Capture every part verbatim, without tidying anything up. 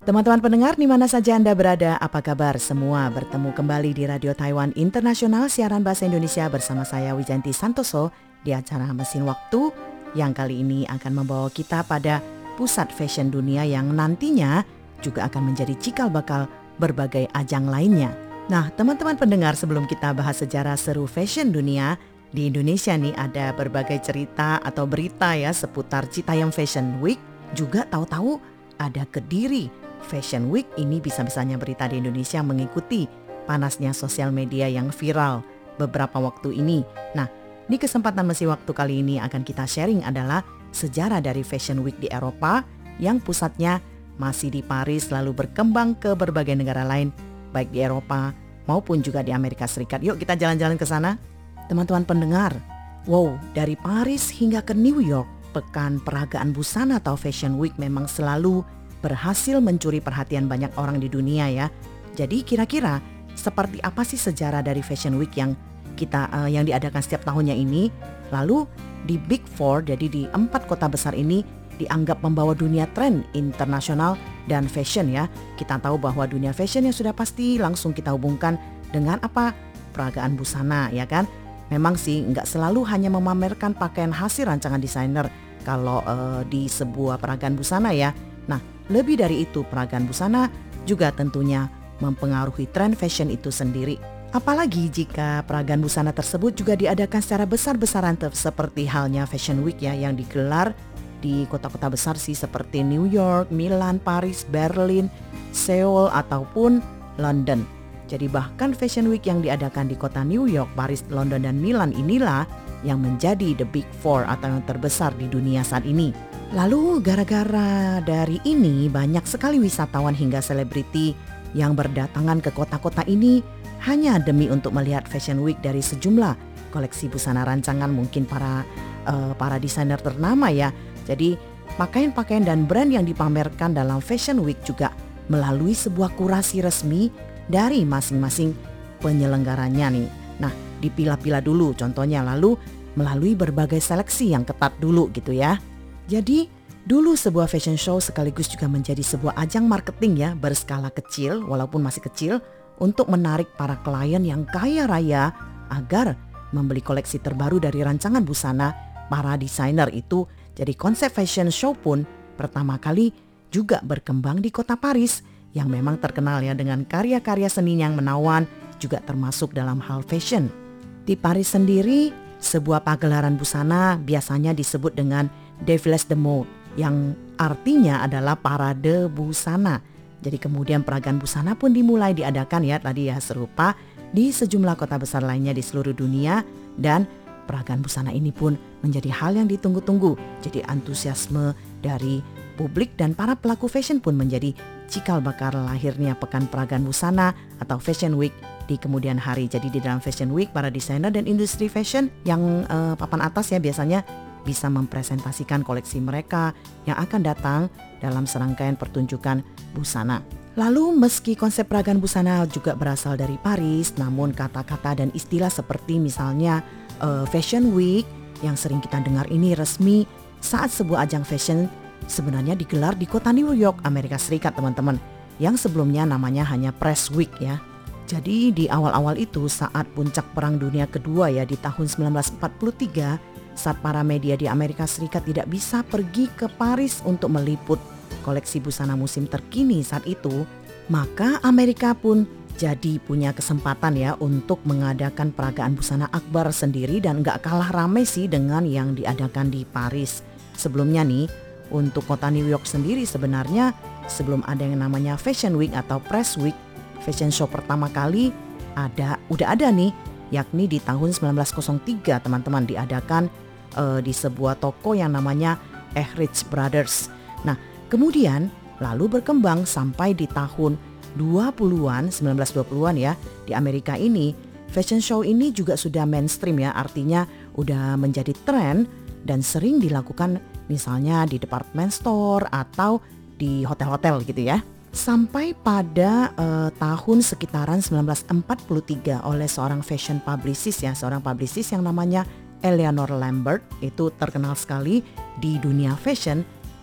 Teman-teman pendengar di mana saja Anda berada, apa kabar semua? Bertemu kembali di Radio Taiwan Internasional siaran bahasa Indonesia bersama saya Wijanti Santoso di acara Mesin Waktu yang kali ini akan membawa kita pada pusat fashion dunia yang nantinya juga akan menjadi cikal bakal berbagai ajang lainnya. Nah, teman-teman pendengar, sebelum kita bahas sejarah seru fashion dunia, di Indonesia nih ada berbagai cerita atau berita ya seputar Citayam Fashion Week. Juga tahu-tahu ada Kediri Fashion Week. Ini bisa-bisanya berita di Indonesia mengikuti panasnya sosial media yang viral beberapa waktu ini. Nah, di kesempatan Mesin Waktu kali ini akan kita sharing adalah sejarah dari Fashion Week di Eropa yang pusatnya masih di Paris lalu berkembang ke berbagai negara lain baik di Eropa maupun juga di Amerika Serikat. Yuk kita jalan-jalan ke sana. Teman-teman pendengar, wow, dari Paris hingga ke New York, pekan peragaan busana atau Fashion Week memang selalu berhasil mencuri perhatian banyak orang di dunia ya. Jadi kira-kira seperti apa sih sejarah dari Fashion Week yang kita uh, yang diadakan setiap tahunnya ini? Lalu di Big Four, jadi di empat kota besar ini dianggap membawa dunia tren internasional dan fashion ya. Kita tahu bahwa dunia fashion yang sudah pasti langsung kita hubungkan dengan apa? Peragaan busana ya kan. Memang sih nggak selalu hanya memamerkan pakaian hasil rancangan desainer kalau uh, di sebuah peragaan busana ya. Nah, lebih dari itu, peragaan busana juga tentunya mempengaruhi tren fashion itu sendiri. Apalagi jika peragaan busana tersebut juga diadakan secara besar-besaran seperti halnya Fashion Week ya yang digelar di kota-kota besar sih seperti New York, Milan, Paris, Berlin, Seoul ataupun London. Jadi bahkan Fashion Week yang diadakan di kota New York, Paris, London, dan Milan inilah yang menjadi the Big Four atau yang terbesar di dunia saat ini. Lalu gara-gara dari ini banyak sekali wisatawan hingga selebriti yang berdatangan ke kota-kota ini hanya demi untuk melihat Fashion Week dari sejumlah koleksi busana rancangan mungkin para uh, para desainer ternama ya. Jadi pakaian-pakaian dan brand yang dipamerkan dalam Fashion Week juga melalui sebuah kurasi resmi dari masing-masing penyelenggaranya nih. Nah, dipilah-pilah dulu contohnya lalu melalui berbagai seleksi yang ketat dulu gitu ya. Jadi dulu sebuah fashion show sekaligus juga menjadi sebuah ajang marketing ya berskala kecil walaupun masih kecil untuk menarik para klien yang kaya raya agar membeli koleksi terbaru dari rancangan busana para desainer itu. Jadi konsep fashion show pun pertama kali juga berkembang di kota Paris yang memang terkenal ya dengan karya-karya seni yang menawan juga termasuk dalam hal fashion. Di Paris sendiri sebuah pagelaran busana biasanya disebut dengan Défilé de Mode yang artinya adalah parade busana. Jadi kemudian peragaan busana pun dimulai diadakan ya tadi ya serupa di sejumlah kota besar lainnya di seluruh dunia dan peragaan busana ini pun menjadi hal yang ditunggu-tunggu. Jadi antusiasme dari publik dan para pelaku fashion pun menjadi cikal bakal lahirnya pekan peragaan busana atau Fashion Week di kemudian hari. Jadi di dalam Fashion Week para desainer dan industri fashion yang uh, papan atas ya biasanya bisa mempresentasikan koleksi mereka yang akan datang dalam serangkaian pertunjukan busana. Lalu meski konsep peragaan busana juga berasal dari Paris, namun kata-kata dan istilah seperti misalnya uh, Fashion Week yang sering kita dengar ini resmi saat sebuah ajang fashion sebenarnya digelar di kota New York, Amerika Serikat teman-teman, yang sebelumnya namanya hanya Press Week ya. Jadi di awal-awal itu saat puncak Perang Dunia Kedua ya di tahun sembilan belas empat puluh tiga, saat para media di Amerika Serikat tidak bisa pergi ke Paris untuk meliput koleksi busana musim terkini saat itu, maka Amerika pun jadi punya kesempatan ya untuk mengadakan peragaan busana akbar sendiri dan gak kalah ramai sih dengan yang diadakan di Paris. Sebelumnya nih, untuk kota New York sendiri sebenarnya sebelum ada yang namanya Fashion Week atau Press Week, fashion show pertama kali ada udah ada nih, yakni di tahun sembilan belas nol tiga teman-teman diadakan Uh, di sebuah toko yang namanya Ehricht Brothers. Nah, kemudian lalu berkembang sampai di tahun dua puluhan, sembilan belas dua puluhan ya, di Amerika ini fashion show ini juga sudah mainstream ya, artinya udah menjadi tren dan sering dilakukan misalnya di department store atau di hotel-hotel gitu ya. Sampai pada uh, tahun sekitaran sembilan belas empat puluh tiga oleh seorang fashion publicist ya, seorang publicist yang namanya Eleanor Lambert, itu terkenal sekali di dunia fashion.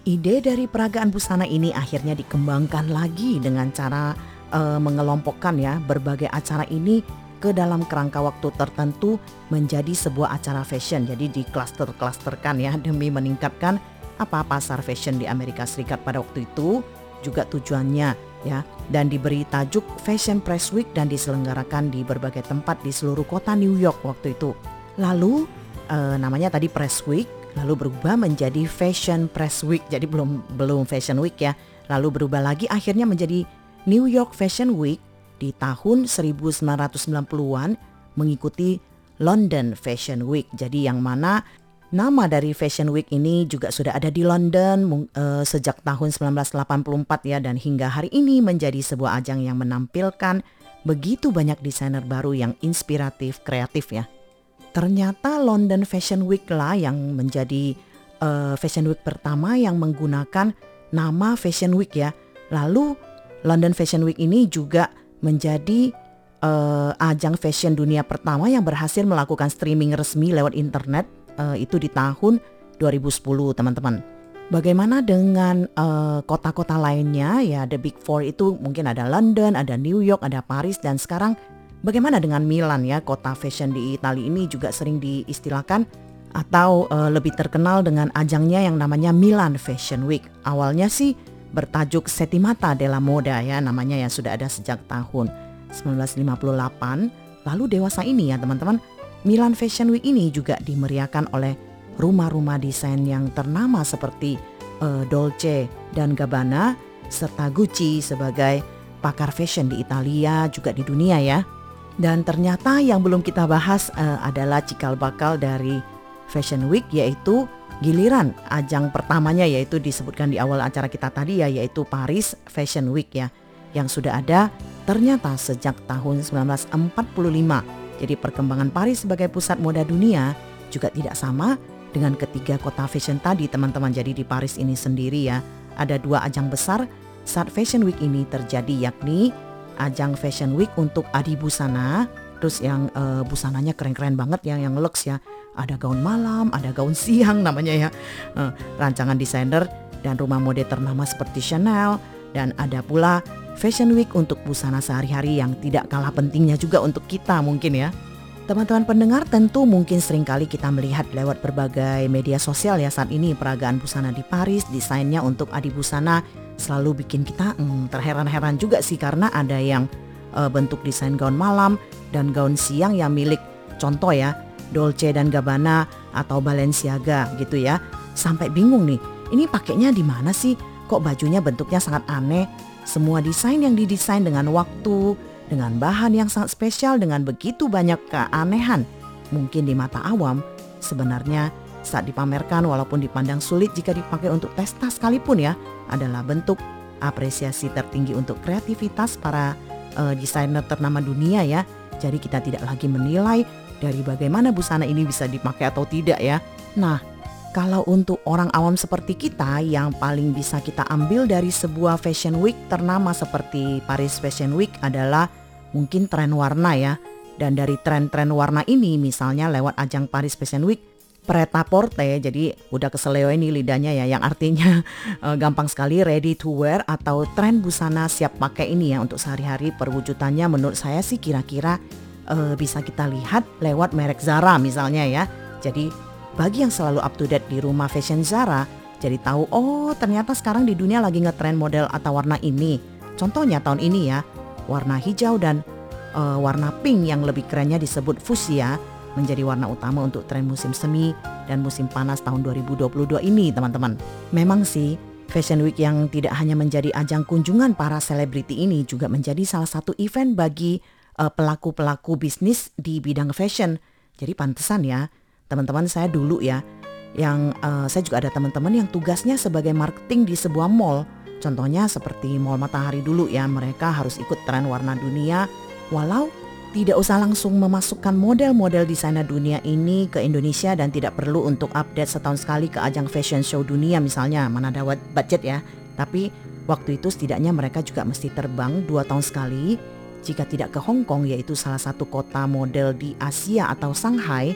Ide dari peragaan busana ini akhirnya dikembangkan lagi dengan cara uh, mengelompokkan ya berbagai acara ini ke dalam kerangka waktu tertentu menjadi sebuah acara fashion. Jadi di klaster-klasterkan ya demi meningkatkan apa pasar fashion di Amerika Serikat pada waktu itu, juga tujuannya ya, dan diberi tajuk Fashion Press Week dan diselenggarakan di berbagai tempat di seluruh kota New York waktu itu. Lalu uh, namanya tadi Press Week, lalu berubah menjadi Fashion Press Week. Jadi belum belum Fashion Week ya. Lalu berubah lagi akhirnya menjadi New York Fashion Week di tahun seribu sembilan ratus sembilan puluhan mengikuti London Fashion Week. Jadi yang mana nama dari Fashion Week ini juga sudah ada di London uh, sejak tahun sembilan belas delapan puluh empat ya, dan hingga hari ini menjadi sebuah ajang yang menampilkan begitu banyak desainer baru yang inspiratif, kreatif ya. Ternyata London Fashion Week lah yang menjadi uh, Fashion Week pertama yang menggunakan nama Fashion Week ya. Lalu London Fashion Week ini juga menjadi uh, ajang fashion dunia pertama yang berhasil melakukan streaming resmi lewat internet, uh, itu di tahun dua ribu sepuluh teman-teman. Bagaimana dengan uh, kota-kota lainnya ya, The Big Four itu mungkin ada London, ada New York, ada Paris, dan sekarang bagaimana dengan Milan ya, kota fashion di Italia ini juga sering diistilahkan atau uh, lebih terkenal dengan ajangnya yang namanya Milan Fashion Week. Awalnya sih bertajuk Settimana della Moda ya, namanya ya sudah ada sejak tahun sembilan belas lima puluh delapan. Lalu dewasa ini ya teman-teman, Milan Fashion Week ini juga dimeriahkan oleh rumah-rumah desain yang ternama seperti uh, Dolce dan Gabbana serta Gucci sebagai pakar fashion di Italia juga di dunia ya. Dan ternyata yang belum kita bahas uh, adalah cikal bakal dari Fashion Week, yaitu giliran ajang pertamanya, yaitu disebutkan di awal acara kita tadi ya, yaitu Paris Fashion Week ya, yang sudah ada ternyata sejak tahun sembilan belas empat puluh lima. Jadi perkembangan Paris sebagai pusat moda dunia juga tidak sama dengan ketiga kota fashion tadi teman-teman. Jadi di Paris ini sendiri ya ada dua ajang besar saat Fashion Week ini terjadi, yakni ajang Fashion Week untuk adi busana, terus yang uh, busananya keren-keren banget ya, yang lux ya, ada gaun malam, ada gaun siang namanya ya, uh, rancangan desainer dan rumah mode ternama seperti Chanel, dan ada pula Fashion Week untuk busana sehari-hari yang tidak kalah pentingnya juga untuk kita mungkin ya. Teman-teman pendengar, tentu mungkin seringkali kita melihat lewat berbagai media sosial ya saat ini peragaan busana di Paris, desainnya untuk adi busana selalu bikin kita hmm, terheran-heran juga sih, karena ada yang uh, bentuk desain gaun malam dan gaun siang yang milik contoh ya Dolce dan Gabbana atau Balenciaga gitu ya. Sampai bingung nih, ini pakainya di mana sih? Kok bajunya bentuknya sangat aneh? Semua desain yang didesain dengan waktu, dengan bahan yang sangat spesial, dengan begitu banyak keanehan. Mungkin di mata awam sebenarnya saat dipamerkan walaupun dipandang sulit jika dipakai untuk pesta sekalipun ya, adalah bentuk apresiasi tertinggi untuk kreativitas para uh, desainer ternama dunia ya. Jadi kita tidak lagi menilai dari bagaimana busana ini bisa dipakai atau tidak ya. Nah, kalau untuk orang awam seperti kita, yang paling bisa kita ambil dari sebuah Fashion Week ternama seperti Paris Fashion Week adalah mungkin tren warna ya. Dan dari tren-tren warna ini misalnya lewat ajang Paris Fashion Week, Pret-a-Porter, jadi udah keseleo ini lidahnya ya, yang artinya uh, gampang sekali ready to wear atau tren busana siap pakai ini ya untuk sehari-hari. Perwujudannya menurut saya sih kira-kira uh, bisa kita lihat lewat merek Zara misalnya ya. Jadi bagi yang selalu up to date di rumah fashion Zara, jadi tahu oh ternyata sekarang di dunia lagi ngetren model atau warna ini. Contohnya tahun ini ya, warna hijau dan uh, warna pink yang lebih kerennya disebut fuchsia menjadi warna utama untuk tren musim semi dan musim panas tahun dua ribu dua puluh dua ini teman-teman. Memang sih Fashion Week yang tidak hanya menjadi ajang kunjungan para selebriti ini juga menjadi salah satu event bagi uh, pelaku-pelaku bisnis di bidang fashion. Jadi pantesan ya teman-teman, saya dulu ya yang uh, saya juga ada teman-teman yang tugasnya sebagai marketing di sebuah mall. Contohnya seperti Mall Matahari dulu ya, mereka harus ikut tren warna dunia walau tidak usah langsung memasukkan model-model desainer dunia ini ke Indonesia dan tidak perlu untuk update setahun sekali ke ajang fashion show dunia misalnya, mana ada budget ya. Tapi waktu itu setidaknya mereka juga mesti terbang dua tahun sekali, jika tidak ke Hong Kong, yaitu salah satu kota model di Asia atau Shanghai,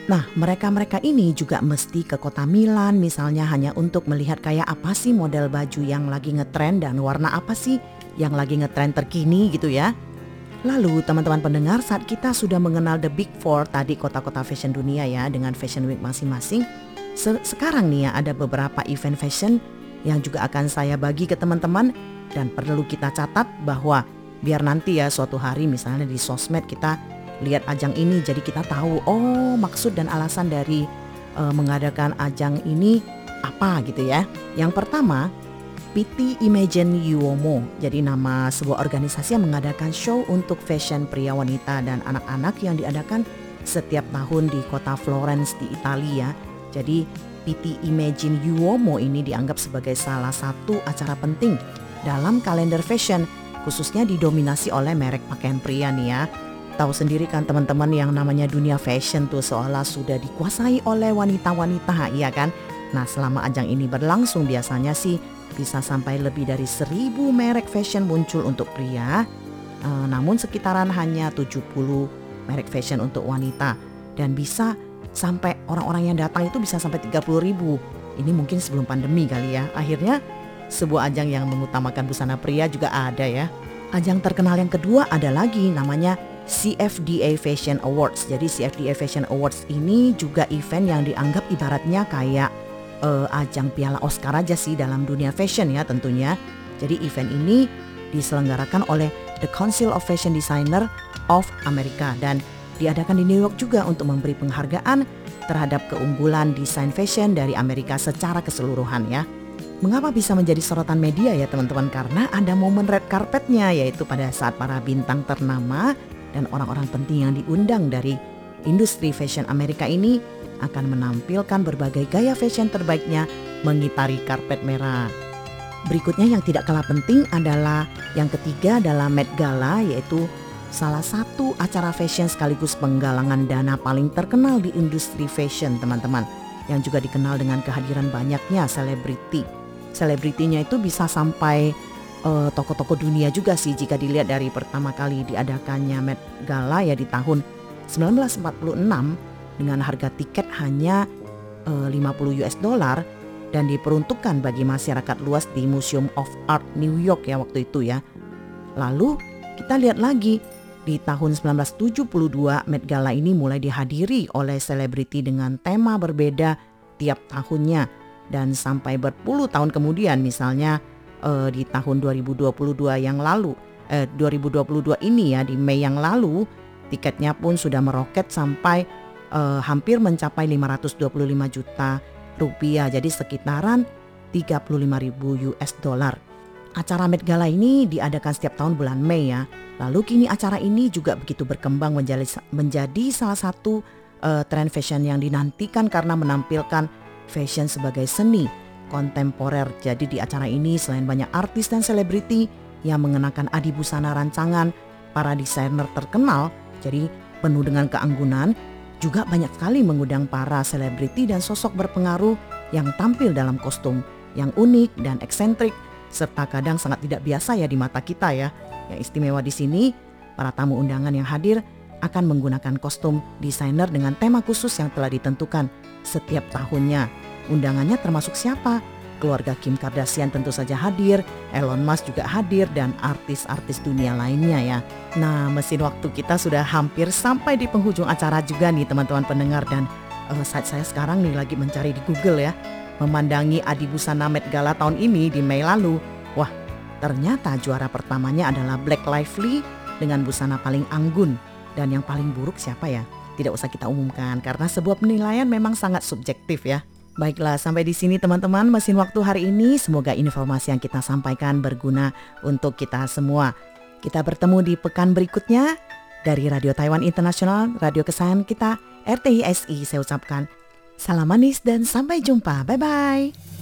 Nah, mereka-mereka ini juga mesti ke kota Milan misalnya hanya untuk melihat kayak apa sih model baju yang lagi ngetren dan warna apa sih yang lagi ngetren terkini gitu ya. Lalu teman-teman pendengar, saat kita sudah mengenal the big four tadi, kota-kota fashion dunia ya dengan fashion week masing-masing. Se- Sekarang nih ya ada beberapa event fashion yang juga akan saya bagi ke teman-teman dan perlu kita catat bahwa biar nanti ya suatu hari misalnya di sosmed kita lihat ajang ini, jadi kita tahu oh maksud dan alasan dari uh, mengadakan ajang ini apa gitu ya. Yang pertama, P T Imagine Uomo, jadi nama sebuah organisasi yang mengadakan show untuk fashion pria, wanita dan anak-anak yang diadakan setiap tahun di kota Florence di Italia. Jadi P T Imagine Uomo ini dianggap sebagai salah satu acara penting dalam kalender fashion, khususnya didominasi oleh merek pakaian pria nih ya. Tahu sendiri kan teman-teman yang namanya dunia fashion tuh seolah sudah dikuasai oleh wanita-wanita, iya kan? Nah, selama ajang ini berlangsung biasanya sih bisa sampai lebih dari seribu merek fashion muncul untuk pria, e, namun sekitaran hanya tujuh puluh merek fashion untuk wanita. Dan bisa sampai orang-orang yang datang itu bisa sampai tiga puluh ribu. Ini mungkin sebelum pandemi kali ya. Akhirnya sebuah ajang yang mengutamakan busana pria juga ada ya. Ajang terkenal yang kedua ada lagi namanya C F D A Fashion Awards. Jadi C F D A Fashion Awards ini juga event yang dianggap ibaratnya kayak uh, ajang piala Oscar aja sih dalam dunia fashion ya tentunya. Jadi event ini diselenggarakan oleh The Council of Fashion Designer of America dan diadakan di New York juga untuk memberi penghargaan terhadap keunggulan desain fashion dari Amerika secara keseluruhan ya. Mengapa bisa menjadi sorotan media ya teman-teman? Karena ada momen red carpetnya, yaitu pada saat para bintang ternama dan orang-orang penting yang diundang dari industri fashion Amerika ini akan menampilkan berbagai gaya fashion terbaiknya mengitari karpet merah. Berikutnya yang tidak kalah penting adalah yang ketiga adalah Met Gala, yaitu salah satu acara fashion sekaligus penggalangan dana paling terkenal di industri fashion teman-teman, yang juga dikenal dengan kehadiran banyaknya selebriti. Selebritinya itu bisa sampai uh, tokoh-tokoh dunia juga sih jika dilihat dari pertama kali diadakannya Met Gala ya di tahun sembilan belas empat puluh enam dengan harga tiket hanya uh, lima puluh US dollar dan diperuntukkan bagi masyarakat luas di Museum of Art New York ya waktu itu ya. Lalu kita lihat lagi di tahun sembilan belas tujuh puluh dua Met Gala ini mulai dihadiri oleh selebriti dengan tema berbeda tiap tahunnya dan sampai berpuluh tahun kemudian misalnya uh, di tahun dua ribu dua puluh dua yang lalu eh, dua ribu dua puluh dua ini ya di Mei yang lalu tiketnya pun sudah meroket sampai uh, hampir mencapai lima ratus dua puluh lima juta rupiah, jadi sekitaran tiga puluh lima ribu US dollar. Acara Met Gala ini diadakan setiap tahun bulan Mei ya. Lalu kini acara ini juga begitu berkembang menjadi, menjadi salah satu uh, tren fashion yang dinantikan karena menampilkan fashion sebagai seni kontemporer. Jadi di acara ini selain banyak artis dan selebriti yang mengenakan adi busana rancangan para desainer terkenal, jadi penuh dengan keanggunan, juga banyak sekali mengundang para selebriti dan sosok berpengaruh yang tampil dalam kostum yang unik dan eksentrik serta kadang sangat tidak biasa ya di mata kita ya. Yang istimewa di sini, para tamu undangan yang hadir akan menggunakan kostum desainer dengan tema khusus yang telah ditentukan setiap tahunnya. Undangannya termasuk siapa? Keluarga Kim Kardashian tentu saja hadir, Elon Musk juga hadir, dan artis-artis dunia lainnya ya. Nah, mesin waktu kita sudah hampir sampai di penghujung acara juga nih teman-teman pendengar. Dan uh, saat saya sekarang nih lagi mencari di Google ya, memandangi adi busana Met Gala tahun ini di Mei lalu. Wah, ternyata juara pertamanya adalah Blake Lively dengan busana paling anggun. Dan yang paling buruk siapa ya? Tidak usah kita umumkan karena sebuah penilaian memang sangat subjektif ya. Baiklah, sampai di sini teman-teman mesin waktu hari ini. Semoga informasi yang kita sampaikan berguna untuk kita semua. Kita bertemu di pekan berikutnya dari Radio Taiwan Internasional, radio kesayangan kita R T I S I. Saya ucapkan salam manis dan sampai jumpa. Bye-bye.